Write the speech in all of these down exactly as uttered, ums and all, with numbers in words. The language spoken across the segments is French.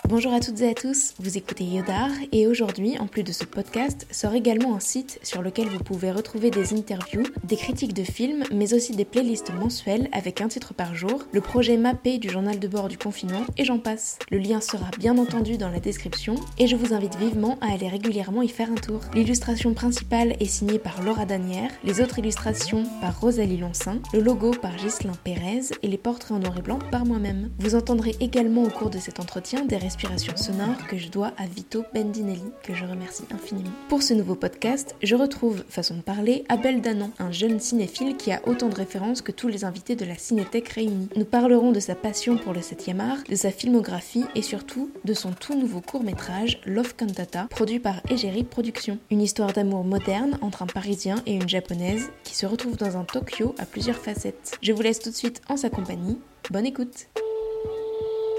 Bonjour à toutes et à tous, vous écoutez Yodar et aujourd'hui, en plus de ce podcast, sort également un site sur lequel vous pouvez retrouver des interviews, des critiques de films, mais aussi des playlists mensuelles avec un titre par jour, le projet Mappé du journal de bord du confinement et j'en passe. Le lien sera bien entendu dans la description et je vous invite vivement à aller régulièrement y faire un tour. L'illustration principale est signée par Laura Danière, les autres illustrations par Rosalie Loncin, le logo par Ghislain Pérez et les portraits en noir et blanc par moi-même. Vous entendrez également au cours de cet entretien des respiration sonore que je dois à Vito Bendinelli, que je remercie infiniment. Pour ce nouveau podcast, je retrouve, façon de parler, Abel Danan, un jeune cinéphile qui a autant de références que tous les invités de la Cinétech réunis. Nous parlerons de sa passion pour le septième art, de sa filmographie et surtout de son tout nouveau court-métrage Love Cantata, produit par Egeri Productions. Une histoire d'amour moderne entre un Parisien et une Japonaise qui se retrouvent dans un Tokyo à plusieurs facettes. Je vous laisse tout de suite en sa compagnie. Bonne écoute. Allô ?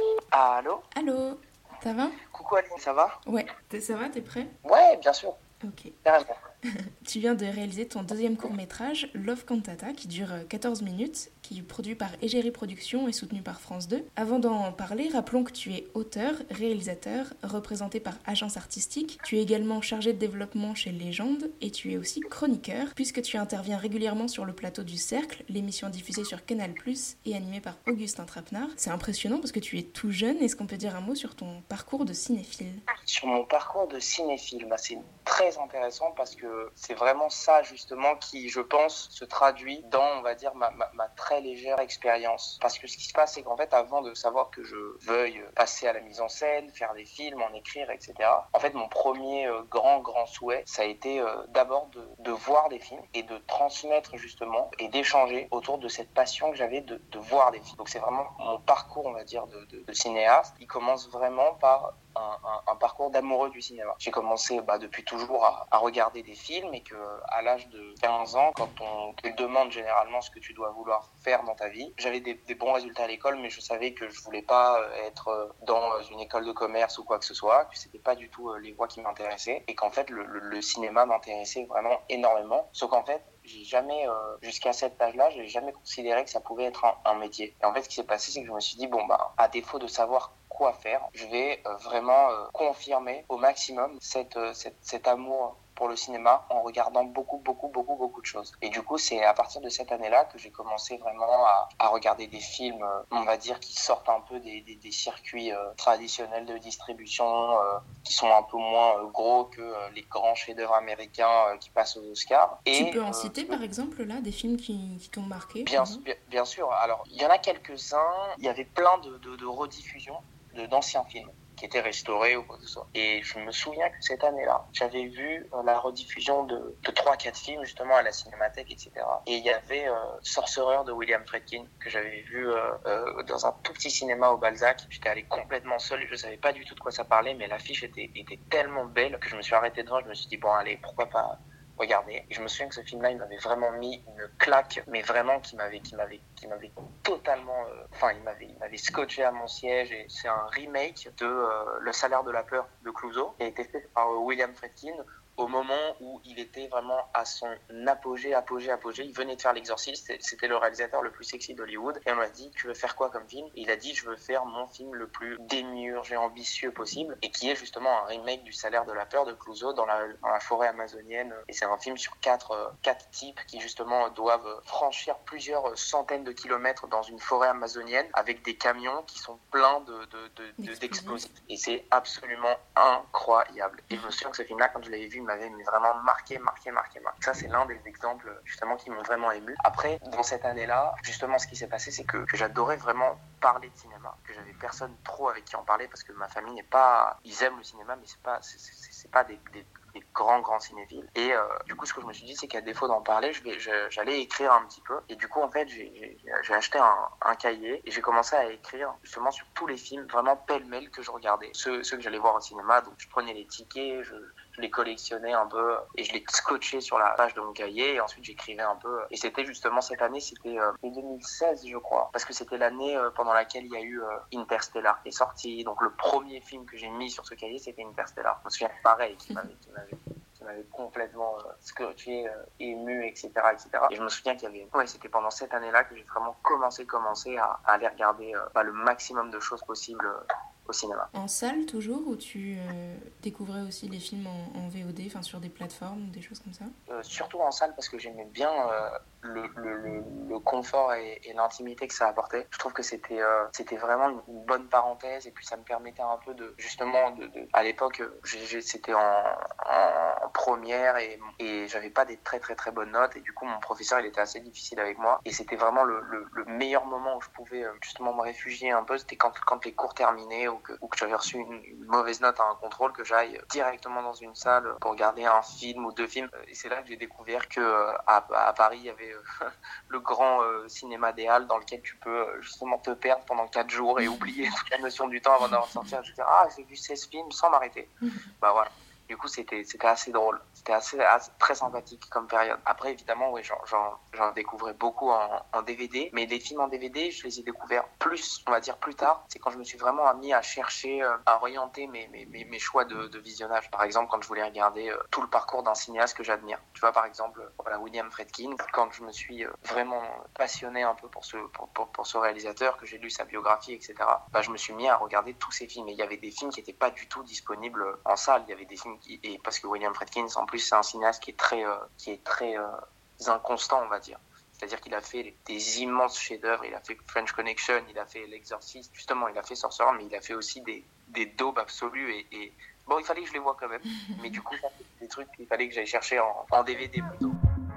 Allô ? Ça va ? Coucou Aline, ça va ? Ouais, T'es, ça va, t'es prêt ? Ouais, bien sûr. Ok. Carrément. Tu viens de réaliser ton deuxième court-métrage, Love Cantata, qui dure quatorze minutes, qui est produit par Egeri Productions et soutenu par France deux. Avant d'en parler, rappelons que tu es auteur, réalisateur, représenté par Agence Artistique. Tu es également chargé de développement chez Légende et tu es aussi chroniqueur, puisque tu interviens régulièrement sur le plateau du Cercle, l'émission diffusée sur Canal plus, et animée par Augustin Trapenard. C'est impressionnant parce que tu es tout jeune. Est-ce qu'on peut dire un mot sur ton parcours de cinéphile ? Sur mon parcours de cinéphile, bah c'est très intéressant parce que c'est vraiment ça justement qui, je pense, se traduit dans, on va dire, ma, ma, ma très légère expérience. Parce que ce qui se passe, c'est qu'en fait, avant de savoir que je veuille passer à la mise en scène, faire des films, en écrire, et cetera, en fait, mon premier euh, grand, grand souhait, ça a été euh, d'abord de, de voir des films et de transmettre justement et d'échanger autour de cette passion que j'avais de, de voir des films. Donc c'est vraiment mon parcours, on va dire, de, de, de cinéaste. Il commence vraiment par Un, un, un parcours d'amoureux du cinéma. J'ai commencé bah, depuis toujours à, à regarder des films et qu'à l'âge de quinze ans, quand on te demande généralement ce que tu dois vouloir faire dans ta vie, j'avais des, des bons résultats à l'école, mais je savais que je voulais pas être dans une école de commerce ou quoi que ce soit, que c'était pas du tout les voies qui m'intéressaient et qu'en fait le, le, le cinéma m'intéressait vraiment énormément. Sauf qu'en fait, j'ai jamais, euh, jusqu'à cet âge-là, j'ai jamais considéré que ça pouvait être un, un métier. Et en fait, ce qui s'est passé, c'est que je me suis dit, bon, bah, à défaut de savoir quoi faire, je vais euh, vraiment euh, confirmer au maximum cette, euh, cette, cet amour pour le cinéma en regardant beaucoup, beaucoup, beaucoup, beaucoup de choses. Et du coup, c'est à partir de cette année-là que j'ai commencé vraiment à, à regarder des films, euh, on va dire, qui sortent un peu des, des, des circuits euh, traditionnels de distribution, euh, qui sont un peu moins euh, gros que euh, les grands chefs-d'œuvre américains euh, qui passent aux Oscars. Et, tu peux en euh, citer, par exemple, là, des films qui, qui t'ont marqué ? Bien, bien, bien sûr. Alors, il y en a quelques-uns. Il y avait plein de, de, de rediffusions de, d'anciens films qui étaient restaurés ou quoi que ce soit. Et je me souviens que cette année-là, j'avais vu euh, la rediffusion de, de trois quatre films, justement, à la Cinémathèque, et cetera. Et il y avait euh, Sorcerer de William Friedkin, que j'avais vu euh, euh, dans un tout petit cinéma au Balzac. J'étais allé complètement seul, je savais pas du tout de quoi ça parlait, mais l'affiche était, était tellement belle que je me suis arrêté devant, je me suis dit, bon, allez, pourquoi pas regarder. Et je me souviens que ce film-là, il m'avait vraiment mis une claque, mais vraiment qui m'avait, qui m'avait, qui m'avait totalement, enfin, euh, il m'avait, il m'avait scotché à mon siège. Et c'est un remake de euh, Le Salaire de la peur de Clouzot, qui a été fait par euh, William Friedkin au moment où il était vraiment à son apogée, apogée, apogée. Il venait de faire L'Exorciste, c'était le réalisateur le plus sexy d'Hollywood. Et on lui a dit, tu veux faire quoi comme film ? Et il a dit, je veux faire mon film le plus démiurge et ambitieux possible, et qui est justement un remake du Salaire de la peur de Clouzot dans la, dans la forêt amazonienne. Et c'est un film sur quatre, euh, quatre types qui justement doivent franchir plusieurs centaines de kilomètres dans une forêt amazonienne avec des camions qui sont pleins de, de, de, de, d'explosifs. Et c'est absolument incroyable. Et je me souviens que ce film-là, quand je l'avais vu, il m'avait vraiment marqué, marqué, marqué, marqué. Ça, c'est l'un des exemples justement qui m'ont vraiment ému. Après, dans cette année-là, justement, ce qui s'est passé, c'est que, que j'adorais vraiment parler de cinéma, que j'avais personne trop avec qui en parler parce que ma famille n'est pas, ils aiment le cinéma, mais c'est pas, c'est, c'est, c'est pas des, des des grands grands cinéphiles. Et euh, du coup, ce que je me suis dit, c'est qu'à défaut d'en parler, je vais, je, j'allais écrire un petit peu. Et du coup, en fait, j'ai, j'ai, j'ai acheté un, un cahier et j'ai commencé à écrire justement sur tous les films vraiment pêle-mêle que je regardais, ceux, ceux que j'allais voir au cinéma. Donc, je prenais les tickets, je, je les collectionnais un peu et je les scotchais sur la page de mon cahier. Et ensuite, j'écrivais un peu. Et c'était justement cette année, c'était euh, deux mille seize, je crois, parce que c'était l'année euh, pendant laquelle il y a eu euh, Interstellar qui est sorti. Donc, le premier film que j'ai mis sur ce cahier, c'était Interstellar. Je me souviens, pareil, qui m'avait, qui m'avait qui m'avait complètement euh, scotché, euh, ému, et cetera, et cetera. Et je me souviens qu'il y avait, ouais, c'était pendant cette année-là que j'ai vraiment commencé, commencé à, à aller regarder euh, bah, le maximum de choses possibles euh, au cinéma. En salle toujours, ou tu euh, découvrais aussi les films en, en V O D, enfin sur des plateformes ou des choses comme ça? Euh, surtout en salle parce que j'aimais bien euh, le, le, le, le confort et, et l'intimité que ça apportait. Je trouve que c'était euh, c'était vraiment une, une bonne parenthèse et puis ça me permettait un peu de justement de, de à l'époque j'ai, j'ai, c'était en, en première et, et j'avais pas des très très très bonnes notes et du coup mon professeur il était assez difficile avec moi et c'était vraiment le, le, le meilleur moment où je pouvais euh, justement me réfugier un peu, c'était quand, quand les cours terminaient ou que, ou que j'avais reçu une, une mauvaise note à un contrôle, que j'aille directement dans une salle pour regarder un film ou deux films. Et c'est là que j'ai découvert que euh, à, à Paris il y avait euh, le grand euh, cinéma des Halles dans lequel tu peux euh, justement te perdre pendant quatre jours et oublier toute la notion du temps avant d'en sortir. Je dis ah j'ai vu seize films sans m'arrêter. Bah voilà. Du coup, c'était, c'était assez drôle. C'était assez, assez, très sympathique comme période. Après, évidemment, oui, j'en, j'en, j'en découvrais beaucoup en, en D V D. Mais les films en D V D, je les ai découverts plus, on va dire plus tard. C'est quand je me suis vraiment mis à chercher, euh, à orienter mes, mes, mes, mes choix de, de visionnage. Par exemple, quand je voulais regarder euh, tout le parcours d'un cinéaste que j'admire. Tu vois, par exemple, voilà, William Friedkin. Quand je me suis euh, vraiment passionné un peu pour ce, pour, pour, pour ce réalisateur, que j'ai lu sa biographie, et cetera, bah, je me suis mis à regarder tous ses films. Et il y avait des films qui n'étaient pas du tout disponibles en salle. Il y avait des films et parce que William Friedkin, en plus, c'est un cinéaste qui est très, euh, qui est très euh, inconstant, on va dire. C'est-à-dire qu'il a fait des immenses chefs-d'œuvre. Il a fait French Connection, il a fait L'Exorciste, justement, il a fait Sorcerer, mais il a fait aussi des, des daubes absolues. Et, et bon, il fallait que je les voie quand même. Mais du coup, ça fait des trucs qu'il fallait que j'aille chercher en, en D V D plutôt.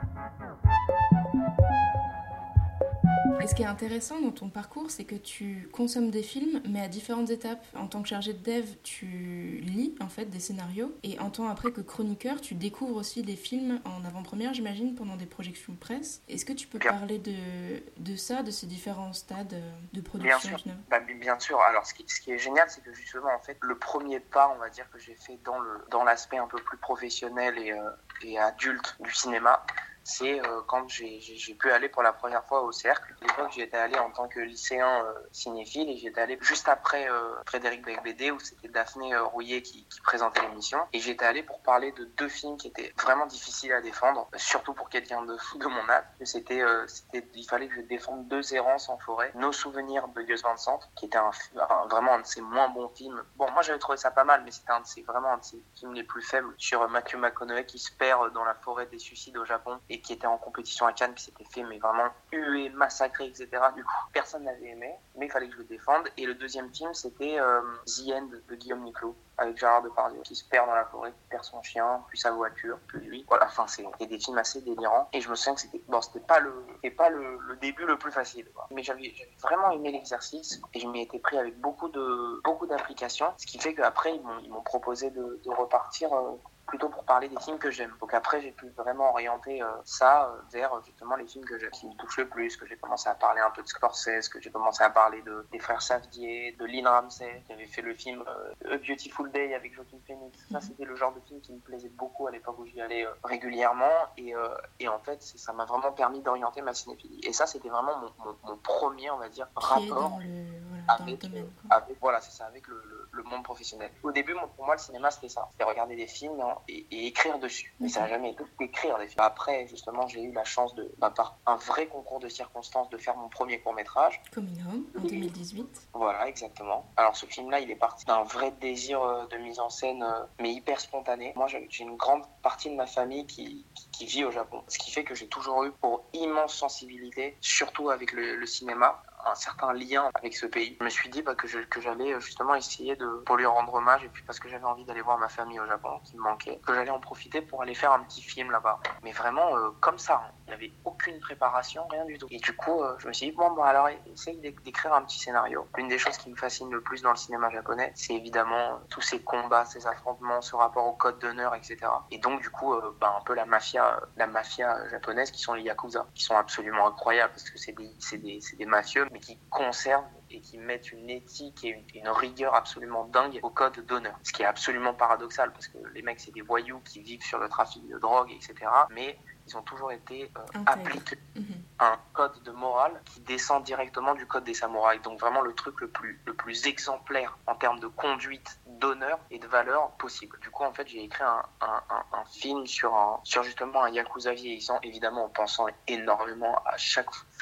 Et ce qui est intéressant dans ton parcours, c'est que tu consommes des films, mais à différentes étapes. En tant que chargé de dev, tu lis en fait des scénarios, et en tant après que chroniqueur, tu découvres aussi des films en avant-première, j'imagine, pendant des projections presse. Est-ce que tu peux bien. parler de, de ça, de ces différents stades de production? Bien sûr. Bah, bien sûr. Alors, ce qui, ce qui est génial, c'est que justement, en fait, le premier pas, on va dire, que j'ai fait dans le dans l'aspect un peu plus professionnel et, euh, et adulte du cinéma, c'est euh, quand j'ai, j'ai, j'ai pu aller pour la première fois au Cercle. À l'époque, j'y étais allé en tant que lycéen euh, cinéphile et j'y étais allé juste après euh, Frédéric Becbédé où c'était Daphné euh, Rouillet qui, qui présentait l'émission. Et j'étais allé pour parler de deux films qui étaient vraiment difficiles à défendre, surtout pour quelqu'un de, de mon âge. C'était, euh, c'était, il fallait que je défende Deux errances en forêt, Nos souvenirs de Gus Van Sant, qui était un, un, vraiment un de ses moins bons films. Bon, moi j'avais trouvé ça pas mal, mais c'était un de ses, vraiment un de ses films les plus faibles, sur Matthew McConaughey qui se perd dans la forêt des suicides au Japon et qui était en compétition à Cannes, qui s'était fait mais vraiment hué, massacré, et cetera. Du coup, personne n'avait aimé, mais il fallait que je le défende. Et le deuxième film, c'était euh, The End de Guillaume Niclot, avec Gérard Depardieu, qui se perd dans la forêt, qui perd son chien, puis sa voiture, puis lui. Voilà, enfin, c'est des films assez délirants. Et je me souviens que c'était, bon, c'était pas le, c'était pas le, le début le plus facile, quoi. Mais j'avais, j'avais vraiment aimé l'exercice et je m'y étais pris avec beaucoup de, beaucoup d'applications. Ce qui fait qu'après, ils m'ont, ils m'ont proposé de, de repartir euh, plutôt pour parler des films que j'aime. Donc après, j'ai pu vraiment orienter euh, ça euh, vers justement les films que j'aime, qui me touchent le plus, que j'ai commencé à parler un peu de Scorsese, que j'ai commencé à parler de, des frères Safdie, de Lynn Ramsey, qui avait fait le film euh, A Beautiful Day avec Joaquin Phoenix. Ça, c'était le genre de film qui me plaisait beaucoup à l'époque où j'y allais euh, régulièrement. Et, euh, et en fait, ça m'a vraiment permis d'orienter ma cinéphilie. Et ça, c'était vraiment mon, mon, mon premier, on va dire, rapport le, voilà, avec, domaine, avec, voilà, c'est ça, avec le, le, le monde professionnel. Au début, pour moi, le cinéma, c'était ça. C'était regarder des films et, et écrire dessus. Mais ça n'a jamais été écrire des films. Après, justement, j'ai eu la chance de, bah, par un vrai concours de circonstances, de faire mon premier court-métrage. Coming Home, en deux mille dix-huit. Voilà, exactement. Alors, ce film-là, il est parti d'un vrai désir de mise en scène, mais hyper spontané. Moi, j'ai une grande partie de ma famille qui, qui, qui vit au Japon. Ce qui fait que j'ai toujours eu pour immense sensibilité, surtout avec le, le cinéma, un certain lien avec ce pays. Je me suis dit bah, que, je, que j'allais justement essayer de, pour lui rendre hommage, et puis parce que j'avais envie d'aller voir ma famille au Japon, qui me manquait, que j'allais en profiter pour aller faire un petit film là-bas. Mais vraiment euh, comme ça, hein. Il n'y avait aucune préparation, rien du tout. Et du coup, euh, je me suis dit, bon, bah, alors essaye d'écrire un petit scénario. L'une des choses qui me fascine le plus dans le cinéma japonais, c'est évidemment euh, tous ces combats, ces affrontements, ce rapport au code d'honneur, et cetera. Et donc, du coup, euh, bah, un peu la mafia, la mafia japonaise, qui sont les Yakuza, qui sont absolument incroyables, parce que c'est des, c'est des, c'est des mafieux, mais qui conservent et qui mettent une éthique et une, une rigueur absolument dingue au code d'honneur. Ce qui est absolument paradoxal, parce que les mecs, c'est des voyous qui vivent sur le trafic de drogue, et cetera. Mais ils ont toujours été euh, appliqués mmh. à un code de morale qui descend directement du code des samouraïs. Donc vraiment le truc le plus, le plus exemplaire en termes de conduite, d'honneur et de valeur possible. Du coup, en fait, j'ai écrit un, un, un, un film sur, un, sur justement un yakuza vieillissant, évidemment en pensant énormément à chaque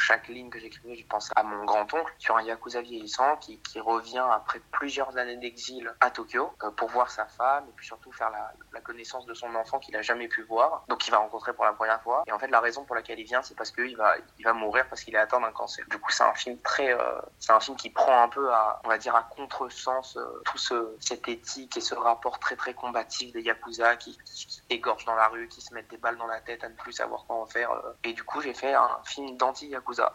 chaque ligne que j'écrivais, je pensais à mon grand-oncle sur un yakuza vieillissant qui, qui revient après plusieurs années d'exil à Tokyo euh, pour voir sa femme et puis surtout faire la, la connaissance de son enfant qu'il a jamais pu voir, donc il va rencontrer pour la première fois. Et en fait, la raison pour laquelle il vient, c'est parce qu'il va, il va mourir parce qu'il est atteint d'un cancer. Du coup, c'est un film très, euh, c'est un film qui prend un peu à, on va dire, à contresens euh, tout ce, cette éthique et ce rapport très très combatif des yakuza qui, qui, qui égorgent dans la rue, qui se mettent des balles dans la tête à ne plus savoir quoi en faire. Euh. Et du coup, j'ai fait un film d'anti-yakuza.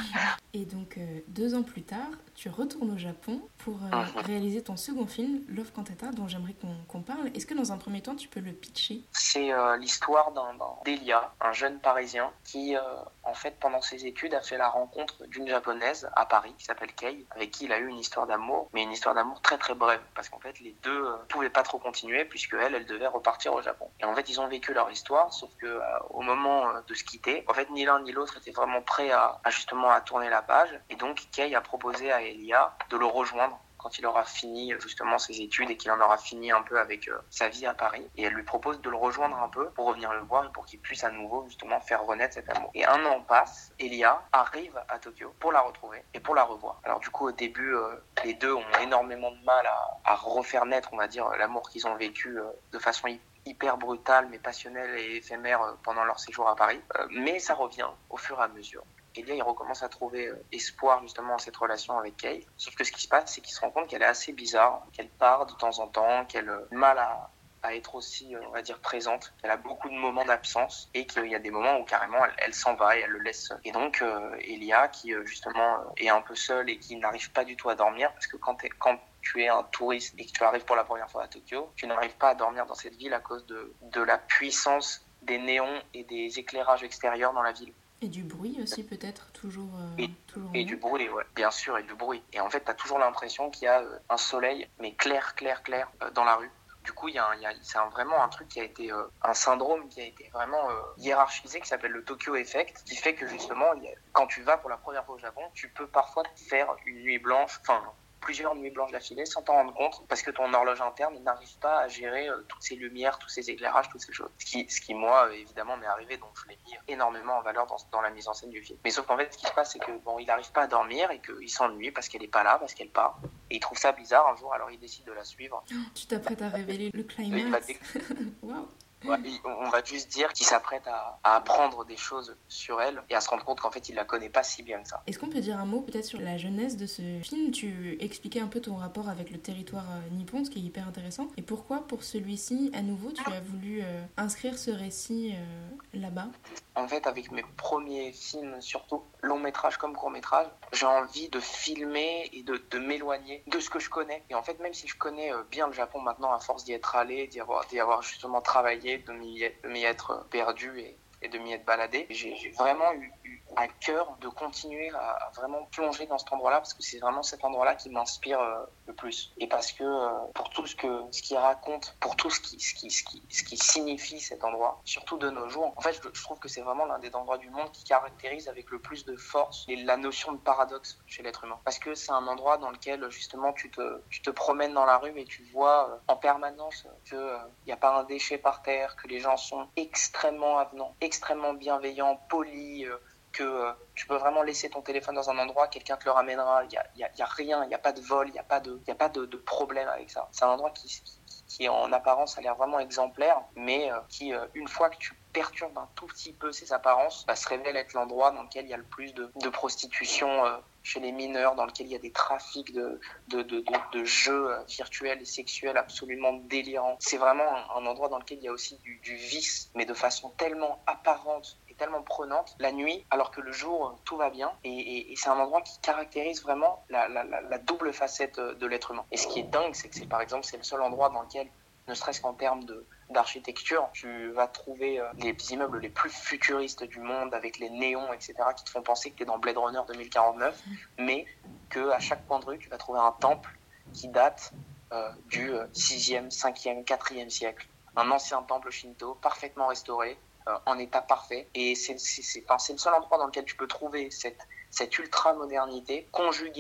Et donc, euh, deux ans plus tard, tu retournes au Japon pour euh, mmh. réaliser ton second film, Love Cantata, dont j'aimerais qu'on, qu'on parle. Est-ce que dans un premier temps, tu peux le pitcher ? C'est euh, l'histoire d'un, d'un d'Elia, un jeune Parisien qui, euh, en fait, pendant ses études, a fait la rencontre d'une Japonaise à Paris qui s'appelle Kei, avec qui il a eu une histoire d'amour, mais une histoire d'amour très très brève, parce qu'en fait, les deux euh, pouvaient pas trop continuer, puisque elle, elle devait repartir au Japon. Et en fait, ils ont vécu leur histoire, sauf que euh, au moment euh, de se quitter, en fait, ni l'un ni l'autre était vraiment prêt à, à justement à tourner la page, et donc Kei a proposé à Elia de le rejoindre quand il aura fini justement ses études et qu'il en aura fini un peu avec euh, sa vie à Paris. Et elle lui propose de le rejoindre un peu pour revenir le voir et pour qu'il puisse à nouveau justement faire renaître cet amour. Et un an passe, Elia arrive à Tokyo pour la retrouver et pour la revoir. Alors du coup au début, euh, les deux ont énormément de mal à, à refaire naître, on va dire, l'amour qu'ils ont vécu euh, de façon hyper brutale mais passionnelle et éphémère euh, pendant leur séjour à Paris. Euh, mais ça revient au fur et à mesure. Elia, il recommence à trouver euh, espoir justement dans cette relation avec Kei. Sauf que ce qui se passe, c'est qu'il se rend compte qu'elle est assez bizarre, qu'elle part de temps en temps, qu'elle a mal à, à être aussi, on va dire, présente, qu'elle a beaucoup de moments d'absence et qu'il y a des moments où carrément elle, elle s'en va et elle le laisse seul. Et donc euh, Elia, qui euh, justement est un peu seule et qui n'arrive pas du tout à dormir, parce que quand, quand tu es un touriste et que tu arrives pour la première fois à Tokyo, tu n'arrives pas à dormir dans cette ville à cause de, de la puissance des néons et des éclairages extérieurs dans la ville. Et du bruit aussi peut-être, toujours euh, Et, toujours et du bruit, ouais, bien sûr, et du bruit. Et en fait, tu as toujours l'impression qu'il y a euh, un soleil, mais clair, clair, clair, euh, dans la rue. Du coup, il y a, un, il y a c'est un, vraiment un truc qui a été, euh, un syndrome qui a été vraiment euh, hiérarchisé, qui s'appelle le Tokyo Effect, qui fait que justement, il y a, quand tu vas pour la première fois au Japon, tu peux parfois faire une nuit blanche, enfin, plusieurs nuits blanches d'affilée sans t'en rendre compte parce que ton horloge interne n'arrive pas à gérer euh, toutes ces lumières, tous ces éclairages, toutes ces choses. Ce qui, ce qui moi, euh, évidemment, m'est arrivé, donc je l'ai mis énormément en valeur dans, dans la mise en scène du film. Mais sauf qu'en fait, ce qui se passe, c'est que bon, il n'arrive pas à dormir et qu'il s'ennuie parce qu'elle n'est pas là, parce qu'elle part. Et il trouve ça bizarre un jour, alors il décide de la suivre. Oh, tu t'apprêtes à révéler le climax. Waouh. Ouais, on va juste dire qu'il s'apprête à, à apprendre des choses sur elle et à se rendre compte qu'en fait il la connaît pas si bien que ça. Est-ce qu'on peut dire un mot peut-être sur la jeunesse de ce film ? Tu expliquais un peu ton rapport avec le territoire euh, nippon, ce qui est hyper intéressant. Et pourquoi pour celui-ci, à nouveau, tu as voulu euh, inscrire ce récit euh, là-bas ? En fait, avec mes premiers films, surtout long métrage comme court métrage, j'ai envie de filmer et de, de m'éloigner de ce que je connais. Et en fait, même si je connais bien le Japon maintenant, à force d'y être allé, d'y avoir, d'y avoir justement travaillé, de m'y être, de m'y être perdu et, et de m'y être baladé, j'ai, j'ai vraiment eu, eu à cœur de continuer à, à vraiment plonger dans cet endroit-là, parce que c'est vraiment cet endroit-là qui m'inspire euh, le plus. Et parce que euh, pour tout ce que ce qu'il raconte, pour tout ce qui, ce, qui, ce, qui, ce qui signifie cet endroit, surtout de nos jours, en fait, je, je trouve que c'est vraiment l'un des endroits du monde qui caractérise avec le plus de force et la notion de paradoxe chez l'être humain. Parce que c'est un endroit dans lequel, justement, tu te, tu te promènes dans la rue et tu vois euh, en permanence qu'il n'y euh, a pas un déchet par terre, que les gens sont extrêmement avenants, extrêmement bienveillants, polis, euh, que euh, tu peux vraiment laisser ton téléphone dans un endroit, quelqu'un te le ramènera, il n'y a, y a, y a rien, il n'y a pas de vol, il n'y a pas, de, y a pas de, de problème avec ça. C'est un endroit qui, qui, qui en apparence a l'air vraiment exemplaire, mais euh, qui, euh, une fois que tu perturbes un tout petit peu ses apparences, bah, se révèle être l'endroit dans lequel il y a le plus de, de prostitution euh, chez les mineurs, dans lequel il y a des trafics de, de, de, de, de jeux euh, virtuels et sexuels absolument délirants. C'est vraiment un, un endroit dans lequel il y a aussi du, du vice, mais de façon tellement apparente, tellement prenante la nuit, alors que le jour tout va bien, et, et, et c'est un endroit qui caractérise vraiment la, la, la, la double facette de l'être humain. Et ce qui est dingue, c'est que c'est par exemple c'est le seul endroit dans lequel, ne serait-ce qu'en termes de d'architecture, tu vas trouver euh, les immeubles les plus futuristes du monde avec les néons, et cetera, qui te font penser que tu es dans Blade Runner deux mille quarante-neuf, mais qu'à chaque point de rue, tu vas trouver un temple qui date euh, du sixième, cinquième, quatrième siècle. Un ancien temple shinto, parfaitement restauré, euh, en état parfait. Et c'est, c'est, c'est, enfin, c'est le seul endroit dans lequel tu peux trouver cette, cette ultra-modernité conjuguée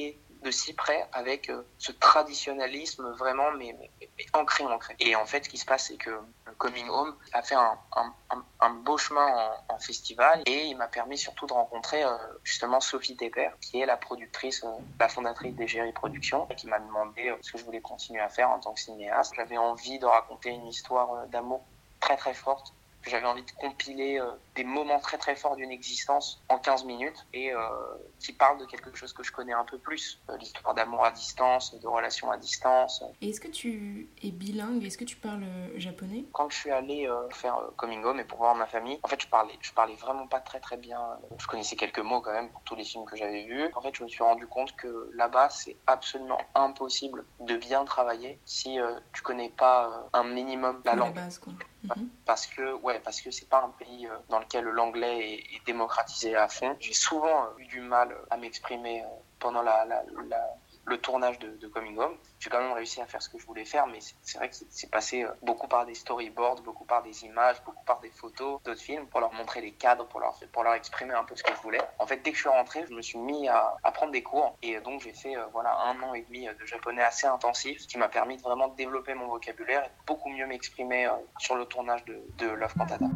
de si près avec euh, ce traditionnalisme vraiment mais, mais, mais ancré, ancré. Et en fait, ce qui se passe, c'est que Coming Home a fait un, un, un, un beau chemin en, en festival et il m'a permis surtout de rencontrer euh, justement Sophie Tepper, qui est la productrice, euh, la fondatrice d'Egérie Productions, et qui m'a demandé euh, ce que je voulais continuer à faire en tant que cinéaste. J'avais envie de raconter une histoire euh, d'amour très très forte. J'avais envie de compiler euh, des moments très très forts d'une existence en quinze minutes et euh, qui parlent de quelque chose que je connais un peu plus, euh, l'histoire d'amour à distance, de relations à distance. Et est-ce que tu es bilingue? Est-ce que tu parles japonais? Quand je suis allé euh, faire euh, Coming Home et pour voir ma famille, en fait je parlais, je parlais vraiment pas très très bien. Je connaissais quelques mots quand même pour tous les films que j'avais vus. En fait je me suis rendu compte que là-bas c'est absolument impossible de bien travailler si euh, tu connais pas euh, un minimum la langue. La base, quoi. Mm-hmm. Parce que ouais, parce que c'est pas un pays euh, dans lequel l'anglais est, est démocratisé à fond. J'ai souvent euh, eu du mal à m'exprimer euh, pendant la, la, la, le tournage de, de Coming Home. J'ai quand même réussi à faire ce que je voulais faire, mais c'est, c'est vrai que c'est, c'est passé euh, beaucoup par des storyboards, beaucoup par des images, beaucoup par des photos d'autres films pour leur montrer les cadres, pour leur, pour leur exprimer un peu ce que je voulais. En fait, dès que je suis rentré, je me suis mis à, à prendre des cours et donc j'ai fait euh, voilà un an et demi de japonais assez intensif, ce qui m'a permis de vraiment développer mon vocabulaire et de beaucoup mieux m'exprimer euh, sur le tournage de, de Love Cantata.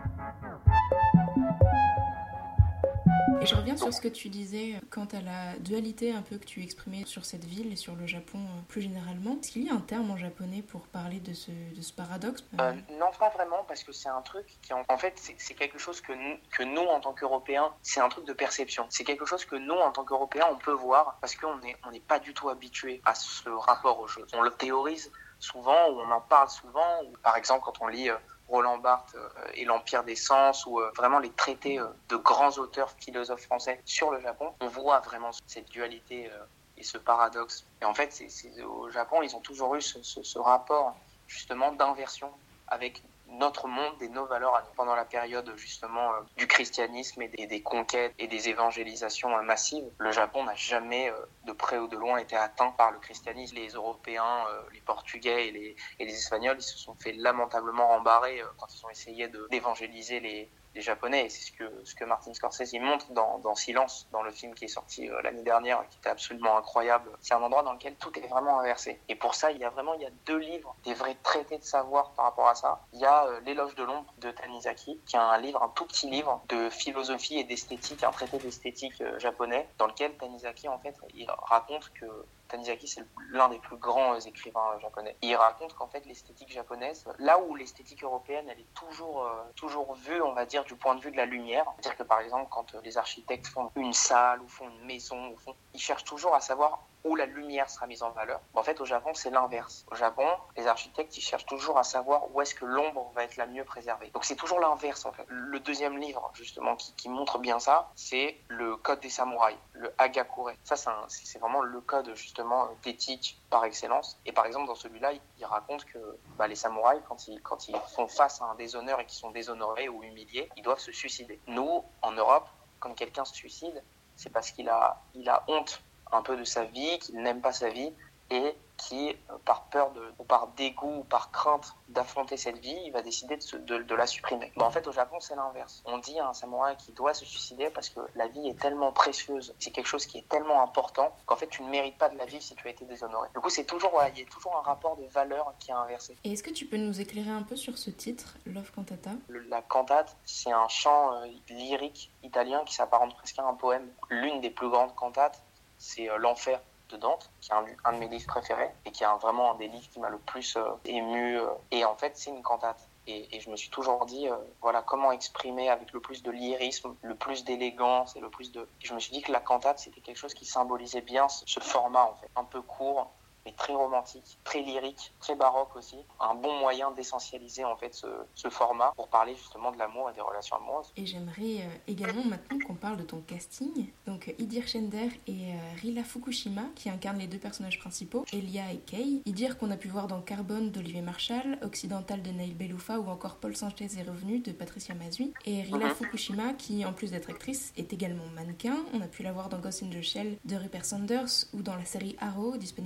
Et je reviens sur ce que tu disais quant à la dualité un peu que tu exprimais sur cette ville et sur le Japon plus généralement. Est-ce qu'il y a un terme en japonais pour parler de ce, de ce paradoxe? euh, Non, pas vraiment, parce que c'est un truc qui, en, en fait, c'est, c'est quelque chose que nous, que nous, en tant qu'Européens, c'est un truc de perception. C'est quelque chose que nous, en tant qu'Européens, on peut voir parce qu'on n'est on n'est pas du tout habitué à ce rapport aux choses. On le théorise souvent, ou on en parle souvent, ou par exemple, quand on lit... Euh, Roland Barthes euh, et l'Empire des Sens, ou euh, vraiment les traités euh, de grands auteurs philosophes français sur le Japon, on voit vraiment cette dualité euh, et ce paradoxe. Et en fait, c'est, c'est, au Japon, ils ont toujours eu ce, ce, ce rapport justement d'inversion avec notre monde et nos valeurs à nous. Pendant la période justement euh, du christianisme et des, des conquêtes et des évangélisations euh, massives, le Japon n'a jamais euh, de près ou de loin été atteint par le christianisme. Les Européens, euh, les Portugais et les, et les Espagnols, ils se sont fait lamentablement rembarrer euh, quand ils ont essayé de, d'évangéliser les, les Japonais. Et c'est ce que, ce que Martin Scorsese montre dans, dans Silence, dans le film qui est sorti euh, l'année dernière, qui était absolument incroyable. C'est un endroit dans lequel tout est vraiment inversé. Et pour ça, il y a vraiment il y a deux livres, des vrais traités de savoir par rapport à ça. Il y a euh, L'éloge de l'ombre de Tanizaki, qui est un livre, un tout petit livre de philosophie et d'esthétique, un traité d'esthétique euh, japonais, dans lequel Tanizaki, en fait, il raconte que Tanizaki, c'est l'un des plus grands écrivains japonais. Et il raconte qu'en fait, l'esthétique japonaise, là où l'esthétique européenne, elle est toujours, euh, toujours vue, on va dire, du point de vue de la lumière. C'est-à-dire que, par exemple, quand les architectes font une salle ou font une maison, ou font... ils cherchent toujours à savoir où la lumière sera mise en valeur. En fait, au Japon, c'est l'inverse. Au Japon, les architectes, ils cherchent toujours à savoir où est-ce que l'ombre va être la mieux préservée. Donc, c'est toujours l'inverse, en fait. Le deuxième livre, justement, qui, qui montre bien ça, c'est le Code des samouraïs, le Hagakure. Ça, c'est, un, c'est vraiment le code, justement, d'éthique par excellence. Et par exemple, dans celui-là, il raconte que bah, les samouraïs, quand ils, quand ils font face à un déshonneur et qu'ils sont déshonorés ou humiliés, ils doivent se suicider. Nous, en Europe, quand quelqu'un se suicide, c'est parce qu'il a, il a honte un peu de sa vie, qu'il n'aime pas sa vie et qui, par peur de, ou par dégoût ou par crainte d'affronter cette vie, il va décider de, se, de, de la supprimer. Bon, en fait, au Japon, c'est l'inverse. On dit à un samouraï qui doit se suicider parce que la vie est tellement précieuse, c'est quelque chose qui est tellement important qu'en fait, tu ne mérites pas de la vivre si tu as été déshonoré. Du coup, c'est toujours, voilà, il y a toujours un rapport de valeur qui est inversé. Et est-ce que tu peux nous éclairer un peu sur ce titre, Love Cantata? Le, La cantate, c'est un chant euh, lyrique italien qui s'apparente presque à un poème. L'une des plus grandes cantates, c'est euh, L'Enfer de Dante, qui est un, un de mes livres préférés et qui est un, vraiment un des livres qui m'a le plus euh, ému. Euh, et en fait, c'est une cantate. Et, et je me suis toujours dit, euh, voilà, comment exprimer avec le plus de lyrisme, le plus d'élégance et le plus de... Et je me suis dit que la cantate, c'était quelque chose qui symbolisait bien ce, ce format, en fait, un peu court, mais très romantique, très lyrique, très baroque aussi. Un bon moyen d'essentialiser en fait ce, ce format pour parler justement de l'amour et des relations amoureuses. Et j'aimerais euh, également maintenant qu'on parle de ton casting. Donc Idir Shender et euh, Rila Fukushima qui incarnent les deux personnages principaux, Elia et Kei. Idir qu'on a pu voir dans Carbone d'Olivier Marchal, Occidental de Naïl Beloufa ou encore Paul Sanchez est revenu de Patricia Mazui. Et Rila mm-hmm. Fukushima qui en plus d'être actrice est également mannequin. On a pu la voir dans Ghost in the Shell de Rupert Sanders ou dans la série Arrow disponible sur Netflix.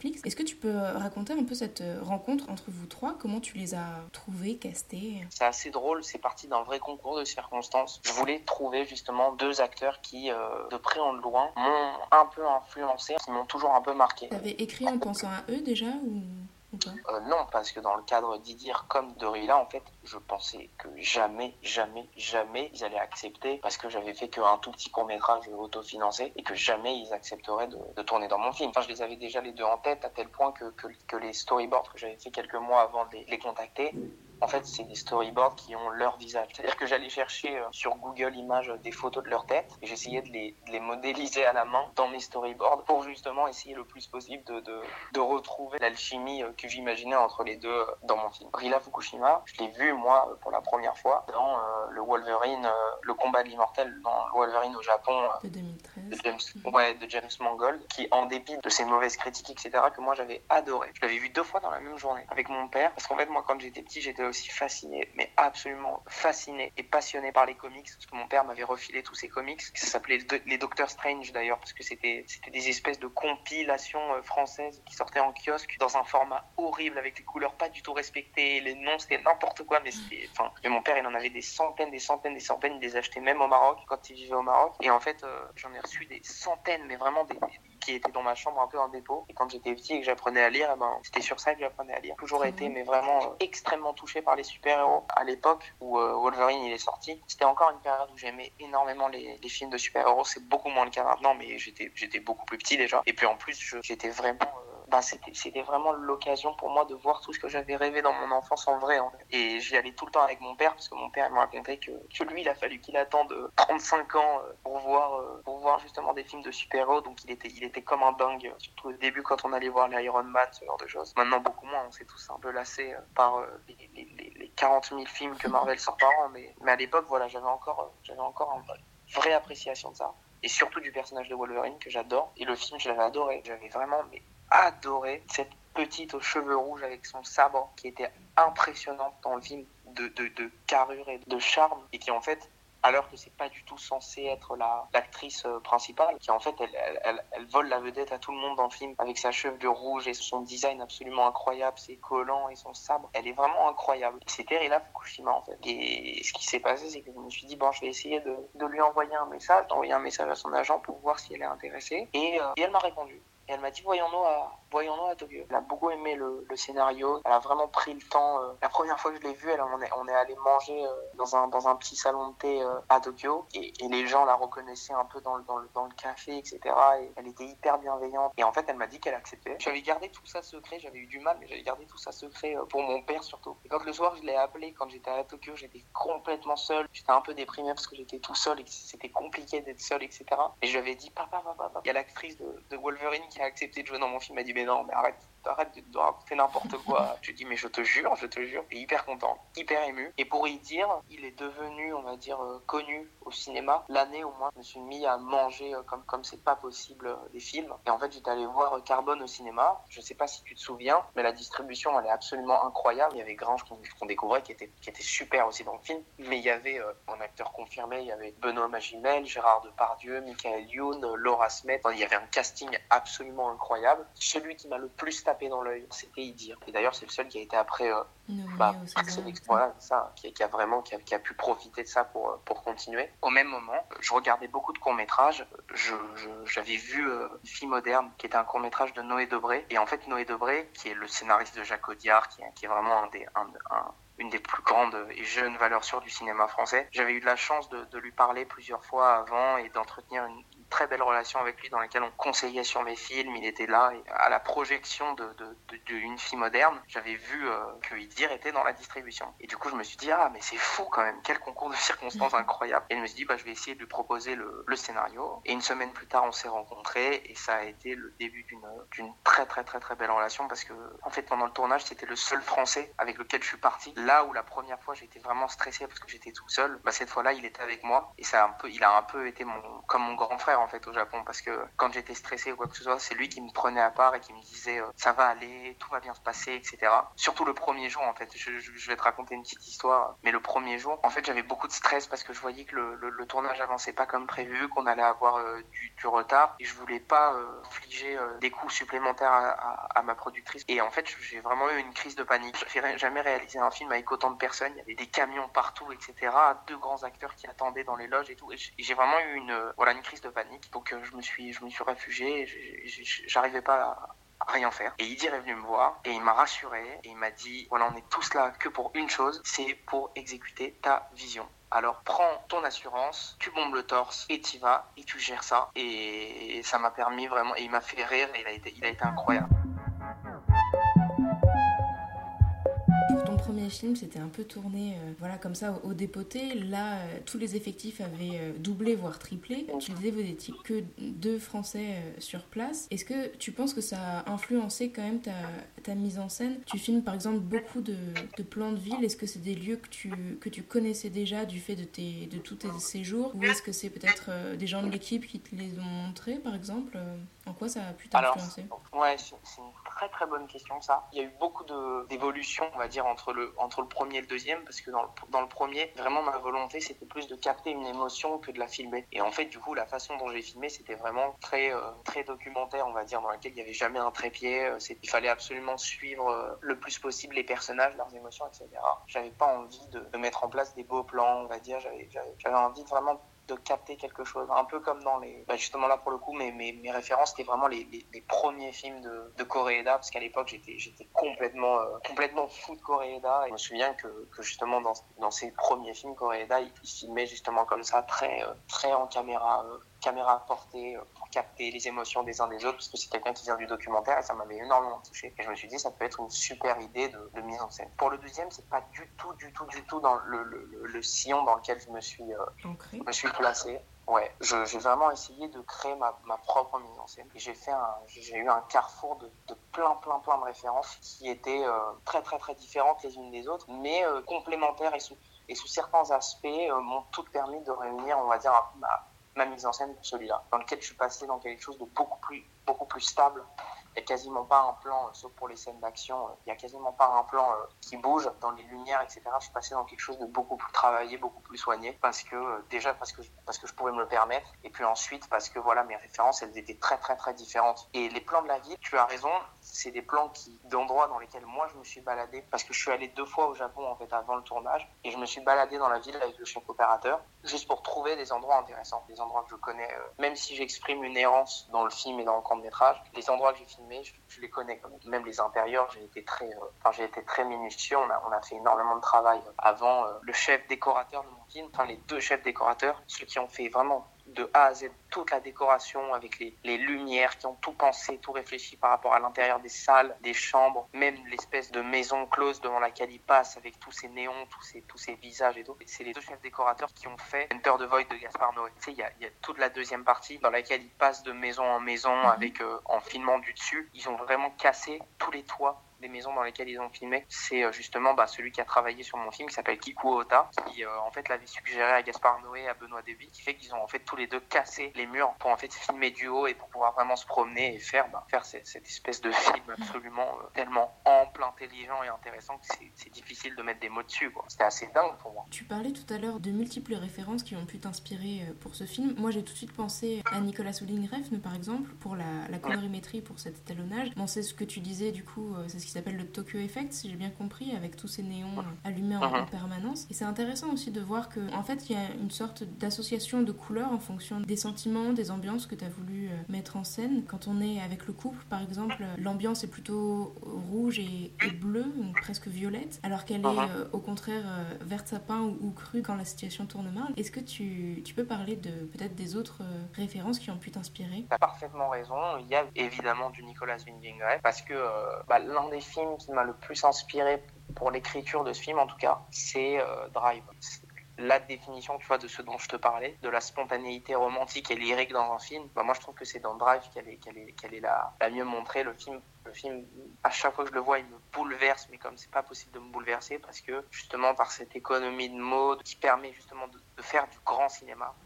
Netflix. Est-ce que tu peux raconter un peu cette rencontre entre vous trois? Comment tu les as trouvés, castés? C'est assez drôle, c'est parti d'un vrai concours de circonstances. Je voulais trouver justement deux acteurs qui, euh, de près ou de loin, m'ont un peu influencé, qui m'ont toujours un peu marqué. T'avais écrit en pensant à eux déjà ou... Euh, non, parce que dans le cadre d'Idir comme de Rila, en fait, je pensais que jamais, jamais, jamais ils allaient accepter, parce que j'avais fait qu'un tout petit court-métrage autofinancé, et que jamais ils accepteraient de, de tourner dans mon film. Enfin, je les avais déjà les deux en tête, à tel point que, que, que les storyboards que j'avais fait quelques mois avant de les, les contacter, en fait, c'est des storyboards qui ont leur visage. C'est-à-dire que j'allais chercher euh, sur Google Images des photos de leur tête, et j'essayais de les, de les modéliser à la main dans mes storyboards, pour justement essayer le plus possible de, de, de retrouver l'alchimie euh, que j'imaginais entre les deux euh, dans mon film. Rila Fukushima, je l'ai vu, moi, pour la première fois, dans euh, le Wolverine, euh, le combat de l'immortel, dans le Wolverine au Japon. Euh, de deux mille treize. De James, ouais, de James Mangold, qui, en dépit de ses mauvaises critiques, et cetera, que moi j'avais adoré. Je l'avais vu deux fois dans la même journée, avec mon père, parce qu'en fait, moi, quand j'étais petit, j'étais aussi fasciné, mais absolument fasciné et passionné par les comics, parce que mon père m'avait refilé tous ces comics, ça s'appelait les Doctor Strange d'ailleurs, parce que c'était, c'était des espèces de compilations françaises qui sortaient en kiosque, dans un format horrible, avec les couleurs pas du tout respectées, les noms c'était n'importe quoi, mais c'était, enfin, mais mon père il en avait des centaines, des centaines, des centaines, il les achetait même au Maroc, quand il vivait au Maroc, et en fait, euh, j'en ai reçu des centaines, mais vraiment des, des qui étaient dans ma chambre un peu en dépôt. Et quand j'étais petit et que j'apprenais à lire, eh ben, c'était sur ça que j'apprenais à lire. J'ai toujours été, mais vraiment euh, extrêmement touché par les super-héros. À l'époque où euh, Wolverine il est sorti, c'était encore une période où j'aimais énormément les, les films de super-héros. C'est beaucoup moins le cas maintenant, mais j'étais, j'étais beaucoup plus petit déjà. Et puis en plus, je, j'étais vraiment... Euh, bah, c'était, c'était vraiment l'occasion pour moi de voir tout ce que j'avais rêvé dans mon enfance en vrai. En fait. Et j'y allais tout le temps avec mon père, parce que mon père il me racontait que, que lui, il a fallu qu'il attende trente-cinq ans pour voir, pour voir justement des films de super-héros. Donc il était, il était comme un dingue, surtout au début quand on allait voir les Iron Man, ce genre de choses. Maintenant, beaucoup moins, on s'est tous un peu lassés par les, les, les, les quarante mille films que Marvel sort par an. Mais, mais à l'époque, voilà, j'avais encore, j'avais encore une vraie appréciation de ça. Et surtout du personnage de Wolverine que j'adore. Et le film, je l'avais adoré. J'avais vraiment mais, adoré cette petite aux cheveux rouges avec son sabre qui était impressionnante dans le film de, de, de carrure et de charme. Et qui en fait, alors que c'est pas du tout censé être la, l'actrice principale, qui en fait, elle, elle, elle, elle vole la vedette à tout le monde dans le film, avec sa chevelure rouge et son design absolument incroyable, ses collants et son sabre. Elle est vraiment incroyable. C'était Rila Fukushima, en fait. Et ce qui s'est passé, c'est que je me suis dit, bon, je vais essayer de, de lui envoyer un message, d'envoyer un message à son agent pour voir si elle est intéressée. Et, euh, et elle m'a répondu. Et elle m'a dit, voyons-nous à, voyons-nous à Tokyo. Elle a beaucoup aimé le, le scénario. Elle a vraiment pris le temps. Euh, la première fois que je l'ai vue, elle, on est, on est allé manger euh, dans, un, dans un petit salon de thé euh, à Tokyo. Et, et les gens la reconnaissaient un peu dans le, dans, le, dans le café, et cetera. Et elle était hyper bienveillante. Et en fait, elle m'a dit qu'elle acceptait. J'avais gardé tout ça secret. J'avais eu du mal, mais j'avais gardé tout ça secret euh, pour mon père surtout. Et quand le soir, je l'ai appelé, quand j'étais à Tokyo, j'étais complètement seul. J'étais un peu déprimé parce que j'étais tout seul et que c'était compliqué d'être seul, et cetera. Et je lui avais dit, papa, papa, papa. Il y a l'actrice de, de Wolverine qui a accepté de jouer dans mon film. Elle m'a dit, mais non, mais arrête, arrête de, de raconter n'importe quoi. Je lui dis, mais je te jure, je te jure. Il est hyper content, hyper ému. Et pour y dire, il est devenu, on va dire, euh, connu au cinéma. L'année où moi, je me suis mis à manger euh, comme comme c'est pas possible euh, des films. Et en fait, j'étais allé voir euh, Carbone au cinéma. Je sais pas si tu te souviens, mais la distribution, elle est absolument incroyable. Il y avait Grange qu'on, qu'on découvrait, qui était, qui était super aussi dans le film. Mais il y avait euh, un acteur confirmé. Il y avait Benoît Magimel, Gérard Depardieu, Michael Youn, Laura Smet. Enfin, il y avait un casting absolument incroyable. Celui qui m'a le plus tapé dans l'œil, c'était Idir. Et d'ailleurs, c'est le seul qui a été après, euh, bah, voilà, ça, qui, qui a vraiment, qui a, qui a pu profiter de ça pour pour continuer. Au même moment, je regardais beaucoup de courts métrages. Je, je j'avais vu euh, Fille moderne, qui était un court métrage de Noé Debré. Et en fait, Noé Debré, qui est le scénariste de Jacques Audiard, qui, qui est vraiment un des un, un une des plus grandes et jeunes valeurs sûres du cinéma français. J'avais eu de la chance de, de lui parler plusieurs fois avant et d'entretenir une, une très belle relation avec lui dans laquelle on conseillait sur mes films. Il était là et à la projection de, de, de, de Une fille moderne, j'avais vu euh, que Idir était dans la distribution. Et du coup, je me suis dit, ah, mais c'est fou quand même, quel concours de circonstances incroyable. Et je me suis dit, bah, je vais essayer de lui proposer le, le scénario. Et une semaine plus tard, on s'est rencontrés et ça a été le début d'une, d'une très, très, très, très belle relation parce que, en fait, pendant le tournage, c'était le seul Français avec lequel je suis parti. Là où la première fois j'étais vraiment stressé parce que j'étais tout seul, bah cette fois-là il était avec moi et ça a un peu, il a un peu été mon, comme mon grand frère en fait au Japon, parce que quand j'étais stressé ou quoi que ce soit, c'est lui qui me prenait à part et qui me disait euh, ça va aller, tout va bien se passer, et cetera. Surtout le premier jour en fait, je, je, je vais te raconter une petite histoire, mais le premier jour, en fait j'avais beaucoup de stress parce que je voyais que le, le, le tournage avançait pas comme prévu, qu'on allait avoir euh, du, du retard et je voulais pas euh, infliger euh, des coûts supplémentaires à, à, à ma productrice. Et en fait j'ai vraiment eu une crise de panique. J'ai jamais réalisé un film avec autant de personnes, il y avait des camions partout, et cetera. Deux grands acteurs qui attendaient dans les loges et tout. Et j'ai vraiment eu une, euh, voilà, une crise de panique. Donc euh, je me suis, je me suis réfugié. J'arrivais pas à rien faire. Et Idir est venu me voir et il m'a rassuré et il m'a dit voilà, on est tous là que pour une chose, c'est pour exécuter ta vision. Alors prends ton assurance, tu bombes le torse et t'y vas et tu gères ça. Et ça m'a permis vraiment, et il m'a fait rire et il a été, il a été incroyable. Premier film, c'était un peu tourné euh, voilà, comme ça au, au dépoté. Là, euh, tous les effectifs avaient euh, doublé, voire triplé. Tu disais, vous n'étiez que deux Français euh, sur place. Est-ce que tu penses que ça a influencé quand même ta, ta mise en scène? Tu filmes par exemple beaucoup de, de plans de ville. Est-ce que c'est des lieux que tu, que tu connaissais déjà du fait de, tes, de tous tes séjours? Ou est-ce que c'est peut-être euh, des gens de l'équipe qui te les ont montrés, par exemple? En quoi ça a pu t'influencer? Alors, ouais, c'est, c'est une très très bonne question ça. Il y a eu beaucoup de, d'évolution, on va dire, entre le, entre le premier et le deuxième, parce que dans le, dans le premier, vraiment ma volonté c'était plus de capter une émotion que de la filmer. Et en fait, du coup, la façon dont j'ai filmé, c'était vraiment très, euh, très documentaire, on va dire, dans lequel il n'y avait jamais un trépied. Euh, c'est, il fallait absolument suivre euh, le plus possible les personnages, leurs émotions, et cetera. J'avais pas envie de, de mettre en place des beaux plans, on va dire. J'avais, j'avais, j'avais envie de vraiment de capter quelque chose, un peu comme dans les... Bah justement là, pour le coup, mes, mes, mes références, c'était vraiment les, les, les premiers films de, de Koreeda, parce qu'à l'époque, j'étais, j'étais complètement, euh, complètement fou de Koreeda. Et je me souviens que, que justement, dans, dans ces premiers films, Koreeda, il, il filmait justement comme ça, très, euh, très en caméra... Euh, caméra portée pour capter les émotions des uns des autres, parce que c'est quelqu'un qui vient du documentaire et ça m'avait énormément touché. Et je me suis dit, ça peut être une super idée de, de mise en scène. Pour le deuxième, c'est pas du tout, du tout, du tout dans le, le, le, le sillon dans lequel je me suis, euh, me suis placé. Ouais, je, j'ai vraiment essayé de créer ma, ma propre mise en scène. Et j'ai fait un, j'ai eu un carrefour de, de plein, plein, plein de références qui étaient euh, très, très, très différentes les unes des autres, mais euh, complémentaires et sous, et sous certains aspects euh, m'ont toutes permis de réunir, on va dire, un, ma, ma mise en scène pour celui-là, dans lequel je suis passé dans quelque chose de beaucoup plus, beaucoup plus stable. Il n'y a quasiment pas un plan, euh, sauf pour les scènes d'action, euh, il n'y a quasiment pas un plan euh, qui bouge dans les lumières, et cetera. Je suis passé dans quelque chose de beaucoup plus travaillé, beaucoup plus soigné, parce que euh, déjà parce que, je, parce que je pouvais me le permettre, et puis ensuite parce que voilà, mes références, elles étaient très très très différentes. Et les plans de la ville, tu as raison, c'est des plans qui, d'endroits dans lesquels moi je me suis baladé, parce que je suis allé deux fois au Japon en fait avant le tournage, et je me suis baladé dans la ville avec le chef opérateur, juste pour trouver des endroits intéressants, des endroits que je connais, euh, même si j'exprime une errance dans le film et dans le court-métrage, les endroits que j'ai filmés, je, je les connais quand même. Même les intérieurs, j'ai été très, euh, enfin, j'ai été très minutieux, on a, on a fait énormément de travail avant. Euh, le chef décorateur de mon film, enfin les deux chefs décorateurs, ceux qui ont fait vraiment de A à Z toute la décoration avec les, les lumières, qui ont tout pensé, tout réfléchi par rapport à l'intérieur des salles, des chambres, même l'espèce de maison close devant laquelle il passe avec tous ces néons, tous ces, tous ces visages et tout. C'est les deux chefs décorateurs qui ont fait Enter the Void de Gaspard Noé. Tu sais, il y a, y a toute la deuxième partie dans laquelle il passe de maison en maison avec, euh, en filmant du dessus. Ils ont vraiment cassé tous les toits des maisons dans lesquelles ils ont filmé. C'est euh, justement bah, celui qui a travaillé sur mon film, qui s'appelle Kiku Ota, qui euh, en fait l'avait suggéré à Gaspard Noé et à Benoît Deby, qui fait qu'ils ont en fait tous les deux cassé les murs pour en fait filmer du haut et pour pouvoir vraiment se promener et faire, bah, faire cette, cette espèce de film absolument euh, tellement ample, intelligent et intéressant que c'est, c'est difficile de mettre des mots dessus, quoi. C'était assez dingue pour moi. Tu parlais tout à l'heure de multiples références qui ont pu t'inspirer pour ce film. Moi, j'ai tout de suite pensé à Nicolas Winding Refn, par exemple, pour la, la colorimétrie, pour cet étalonnage. Bon, c'est ce que tu disais, du coup, c'est ce qui s'appelle le Tokyo Effect, si j'ai bien compris, avec tous ces néons allumés en, en permanence. Et c'est intéressant aussi de voir qu'en en fait, il y a une sorte d'association de couleurs en fonction des sentiments, des ambiances que tu as voulu mettre en scène. Quand on est avec le couple, par exemple, l'ambiance est plutôt rouge et, et bleue, donc presque violette, alors qu'elle est euh, au contraire euh, verte sapin ou, ou crue quand la situation tourne mal. Est-ce que tu, tu peux parler de peut-être des autres euh, références qui ont pu t'inspirer? Tu as parfaitement raison. Il y a évidemment du Nicolas Winding Refn, parce que euh, bah, l'un des films qui m'a le plus inspiré pour l'écriture de ce film, en tout cas, c'est euh, Drive. C'est la définition, tu vois, de ce dont je te parlais, de la spontanéité romantique et lyrique dans un film. Bah, moi, je trouve que c'est dans Drive qu'elle est, qu'elle est, qu'elle est la, la mieux montrée. Le film, le film, à chaque fois que je le vois, il me bouleverse, mais comme c'est pas possible de me bouleverser, parce que justement, par cette économie de mots qui permet justement de, de faire du grand cinéma,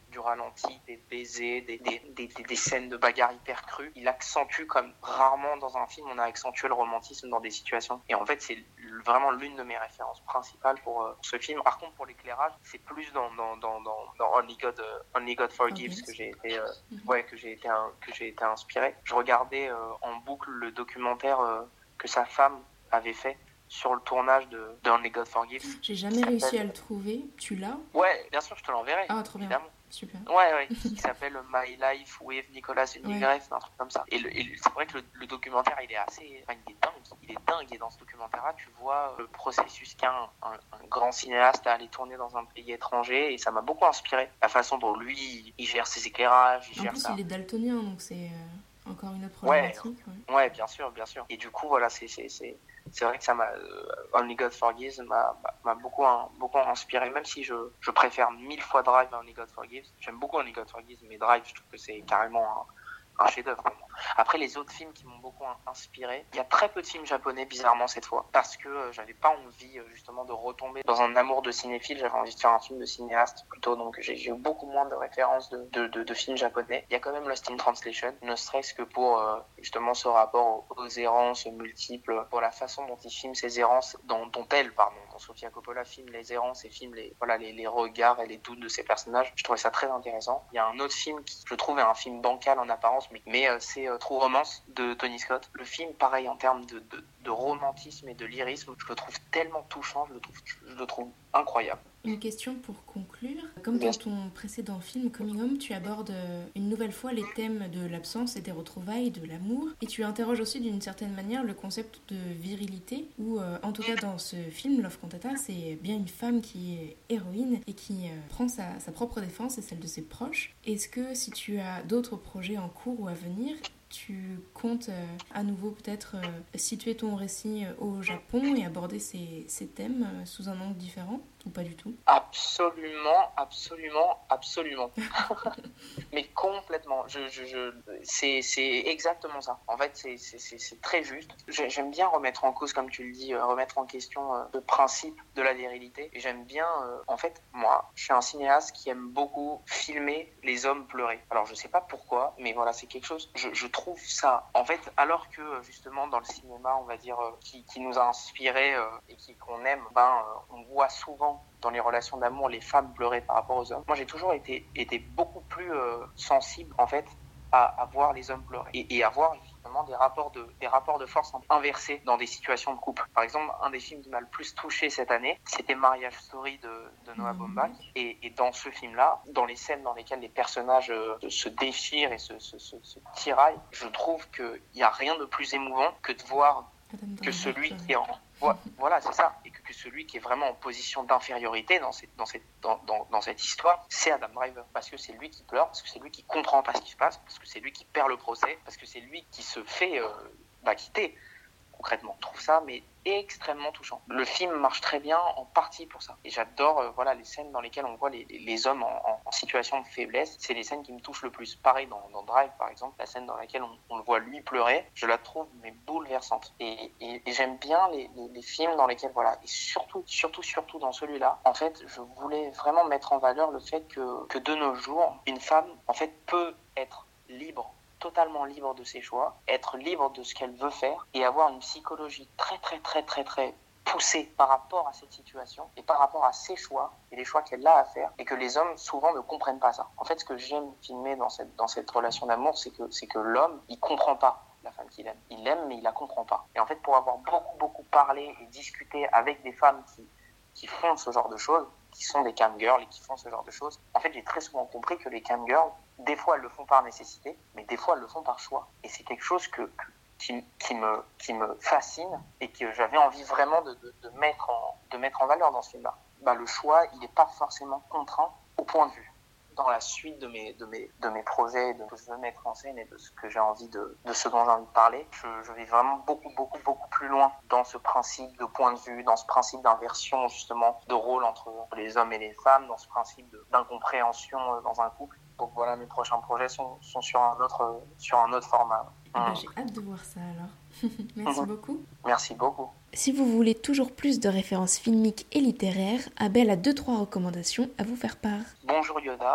du ralenti, des baisers, des, des, des, des scènes de bagarre hyper crues. Il accentue comme rarement dans un film on a accentué le romantisme dans des situations. Et en fait, c'est vraiment l'une de mes références principales pour euh, ce film. Par contre, pour l'éclairage, c'est plus dans, dans, dans, dans, dans Only God, uh, Only God Forgives okay. que j'ai été, euh, mm-hmm. ouais, que j'ai été, un, que j'ai été inspiré. Je regardais euh, en boucle le documentaire euh, que sa femme avait fait sur le tournage de, de Only God Forgives. J'ai jamais réussi à le trouver. Tu l'as ? Ouais, bien sûr, je te l'enverrai. Ah, trop bien. Évidemment. Super. Ouais, ouais, qui s'appelle My Life with Nicolas Vinegreff, ouais. Un truc comme ça. Et, le, et c'est vrai que le, le documentaire, il est assez, enfin, il est dingue, il est dingue. Et dans ce documentaire-là, tu vois le processus qu'a un, un, un grand cinéaste à aller tourner dans un pays étranger, et ça m'a beaucoup inspiré. La façon dont lui, il gère ses éclairages, il en gère plus, ça. il est daltonien, donc c'est euh, encore une autre problématique. Ouais, ouais. ouais, bien sûr, bien sûr. Et du coup, voilà, c'est, c'est, c'est, c'est vrai que ça m'a, euh, Only God Forgives m'a, m'a beaucoup, hein, beaucoup inspiré, même si je, je préfère mille fois Drive à Only God Forgives. J'aime beaucoup Only God Forgives, mais Drive, je trouve que c'est carrément un, un chef-d'œuvre. Après, les autres films qui m'ont beaucoup inspiré, il y a très peu de films japonais, bizarrement, cette fois, parce que euh, j'avais pas envie, euh, justement, de retomber dans un amour de cinéphile. J'avais envie de faire un film de cinéaste, plutôt, donc j'ai, j'ai eu beaucoup moins de références de, de, de, de films japonais. Il y a quand même Lost in Translation, ne serait-ce que pour, euh, justement, ce rapport aux, aux errances multiples, pour la façon dont il filme ces errances, dont, dont elle, pardon, dont Sofia Coppola filme les errances et filme les, voilà, les, les regards et les doutes de ses personnages. Je trouvais ça très intéressant. Il y a un autre film qui, je trouve, est un film bancal en apparence, mais, mais euh, c'est euh, True Romance de Tony Scott. Le film, pareil, en termes de, de, de romantisme et de lyrisme, je le trouve tellement touchant, je le trouve, je le trouve incroyable. Une question pour conclure. Comme dans ton précédent film, Coming Home, tu abordes une nouvelle fois les thèmes de l'absence et des retrouvailles, de l'amour, et tu interroges aussi d'une certaine manière le concept de virilité, où euh, en tout cas dans ce film, Love Cantata, c'est bien une femme qui est héroïne et qui euh, prend sa, sa propre défense et celle de ses proches. Est-ce que si tu as d'autres projets en cours ou à venir, tu comptes euh, à nouveau peut-être euh, situer ton récit euh, au Japon et aborder ces, ces thèmes euh, sous un angle différent ou pas du tout ? Absolument, absolument, absolument. Mais complètement. Je, je, je, c'est, c'est exactement ça. En fait, c'est, c'est, c'est, c'est très juste. J'aime bien remettre en cause, comme tu le dis, remettre en question euh, le principe de la virilité. Et j'aime bien, euh, en fait, moi, je suis un cinéaste qui aime beaucoup filmer les hommes pleurer. Alors, je sais pas pourquoi, mais voilà, c'est quelque chose, je, je trouve ça, en fait, alors que, justement, dans le cinéma, on va dire, euh, qui, qui nous a inspiré euh, et qui, qu'on aime, ben, euh, on voit souvent dans les relations d'amour les femmes pleurer par rapport aux hommes. Moi, j'ai toujours été, été beaucoup plus euh, sensible, en fait, à, à voir les hommes pleurer et, et à voir justement des rapports de, des rapports de force inversés dans des situations de couple. Par exemple, un des films qui m'a le plus touché cette année, c'était Marriage Story de, de Noah Baumbach. Et, et dans ce film-là, dans les scènes dans lesquelles les personnages euh, se déchirent et se, se, se, se tiraillent, je trouve qu'il n'y a rien de plus émouvant que de voir que celui qui est en... Voilà, c'est ça. Et que, que celui qui est vraiment en position d'infériorité dans cette, dans, cette, dans, dans, dans cette histoire, c'est Adam Driver. Parce que c'est lui qui pleure, parce que c'est lui qui comprend pas ce qui se passe, parce que c'est lui qui perd le procès, parce que c'est lui qui se fait euh, bah, quitter, concrètement. Je trouve ça mais extrêmement touchant. Le film marche très bien en partie pour ça. Et j'adore euh, voilà, les scènes dans lesquelles on voit les, les hommes en, en, en situation de faiblesse. C'est les scènes qui me touchent le plus. Pareil dans, dans Drive, par exemple, la scène dans laquelle on, on le voit lui pleurer, je la trouve mais bouleversante. Et, et, et j'aime bien les, les, les films dans lesquels, voilà, et surtout, surtout, surtout dans celui-là, en fait, je voulais vraiment mettre en valeur le fait que, que de nos jours, une femme, en fait, peut être libre, totalement libre de ses choix, être libre de ce qu'elle veut faire et avoir une psychologie très très très très très poussée par rapport à cette situation et par rapport à ses choix et les choix qu'elle a à faire, et que les hommes souvent ne comprennent pas ça. En fait, ce que j'aime filmer dans cette, dans cette relation d'amour, c'est que, c'est que l'homme, il comprend pas la femme qu'il aime. Il l'aime, mais il la comprend pas. Et en fait, pour avoir beaucoup beaucoup parlé et discuté avec des femmes qui, qui font ce genre de choses, qui sont des cam girls et qui font ce genre de choses, en fait, j'ai très souvent compris que les cam girls, des fois, elles le font par nécessité, mais des fois, elles le font par choix. Et c'est quelque chose que, que, qui, qui, me, qui me fascine et que j'avais envie vraiment de, de, de, mettre, en, de mettre en valeur dans ce film-là. Bah, le choix, il n'est pas forcément contraint au point de vue. Dans la suite de mes, de mes, de mes projets, de ce que je veux mettre en scène et de ce que j'ai envie de, de ce dont j'ai envie de parler, je, je vais vraiment beaucoup, beaucoup, beaucoup plus loin dans ce principe de point de vue, dans ce principe d'inversion, justement, de rôle entre les hommes et les femmes, dans ce principe de, d'incompréhension dans un couple. Donc voilà, mes prochains projets sont, sont sur, un autre, sur un autre format. Eh ben, j'ai hâte de voir ça alors. Merci mmh. beaucoup. Merci beaucoup. Si vous voulez toujours plus de références filmiques et littéraires, Abel a deux trois recommandations à vous faire part. Bonjour Yodar,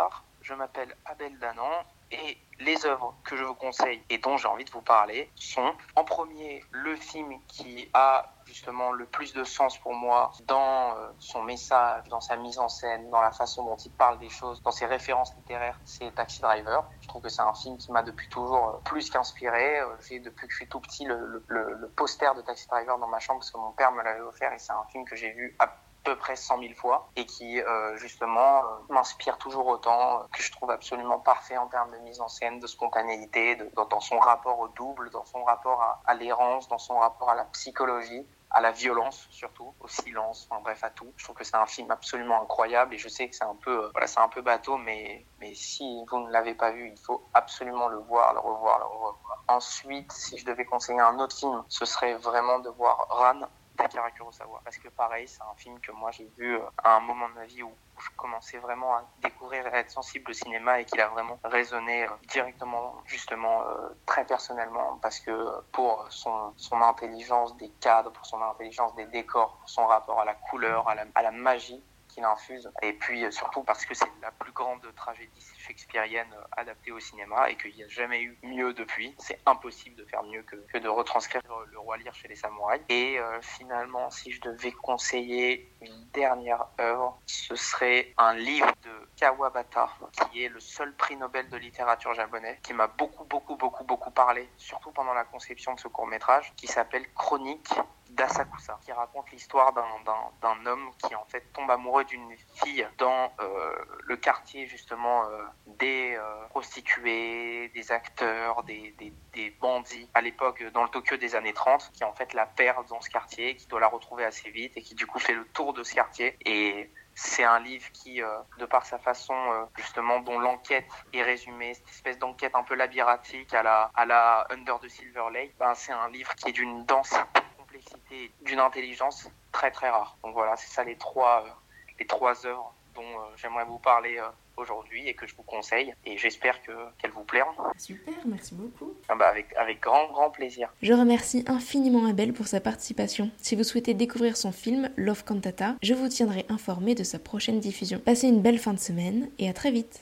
je m'appelle Abel Danan et les œuvres que je vous conseille et dont j'ai envie de vous parler sont en premier le film qui a justement le plus de sens pour moi dans son message, dans sa mise en scène, dans la façon dont il parle des choses, dans ses références littéraires, c'est Taxi Driver. Je trouve que c'est un film qui m'a depuis toujours plus qu'inspiré. J'ai depuis que je suis tout petit le, le, le poster de Taxi Driver dans ma chambre parce que mon père me l'avait offert et c'est un film que j'ai vu à peu près cent mille fois et qui euh, justement euh, m'inspire toujours autant, euh, que je trouve absolument parfait en termes de mise en scène, de spontanéité, de, dans, dans son rapport au double, dans son rapport à, à l'errance, dans son rapport à la psychologie, à la violence surtout, au silence, enfin bref à tout. Je trouve que c'est un film absolument incroyable et je sais que c'est un peu, euh, voilà, c'est un peu bateau, mais mais si vous ne l'avez pas vu, il faut absolument le voir, le revoir, le revoir. Ensuite, si je devais conseiller un autre film, ce serait vraiment de voir Ran d'Akira Kurosawa, parce que pareil, c'est un film que moi j'ai vu à un moment de ma vie où je commençais vraiment à découvrir et à être sensible au cinéma et qu'il a vraiment résonné directement, justement, euh, très personnellement, parce que pour son, son intelligence des cadres, pour son intelligence des décors, pour son rapport à la couleur, à la, à la magie qu'il infuse, et puis surtout parce que c'est la plus grande tragédie shakespearienne adaptée au cinéma et qu'il n'y a jamais eu mieux depuis. C'est impossible de faire mieux que, que de retranscrire le Roi Lear chez les samouraïs. Et euh, finalement, si je devais conseiller une dernière œuvre, ce serait un livre de Kawabata, qui est le seul prix Nobel de littérature japonais, qui m'a beaucoup, beaucoup, beaucoup, beaucoup parlé, surtout pendant la conception de ce court-métrage, qui s'appelle Chronique d'Asakusa, qui raconte l'histoire d'un, d'un, d'un homme qui en fait tombe amoureux d'une fille dans euh, le quartier justement euh, des euh, prostituées, des acteurs, des, des, des bandits à l'époque dans le Tokyo des années trente, qui en fait la perd dans ce quartier, qui doit la retrouver assez vite et qui du coup fait le tour de ce quartier. Et c'est un livre qui, euh, de par sa façon euh, justement dont l'enquête est résumée, cette espèce d'enquête un peu labyrinthique à la, à la Under the Silver Lake, ben, c'est un livre qui est d'une densité, complexité, d'une intelligence très très rare. Donc voilà, c'est ça les trois, euh, les trois œuvres dont euh, j'aimerais vous parler euh, aujourd'hui et que je vous conseille, et j'espère que, qu'elles vous plairont. Super, merci beaucoup. Ah bah avec, avec grand grand plaisir. Je remercie infiniment Abel pour sa participation. Si vous souhaitez découvrir son film Love Cantata, je vous tiendrai informé de sa prochaine diffusion. Passez une belle fin de semaine et à très vite.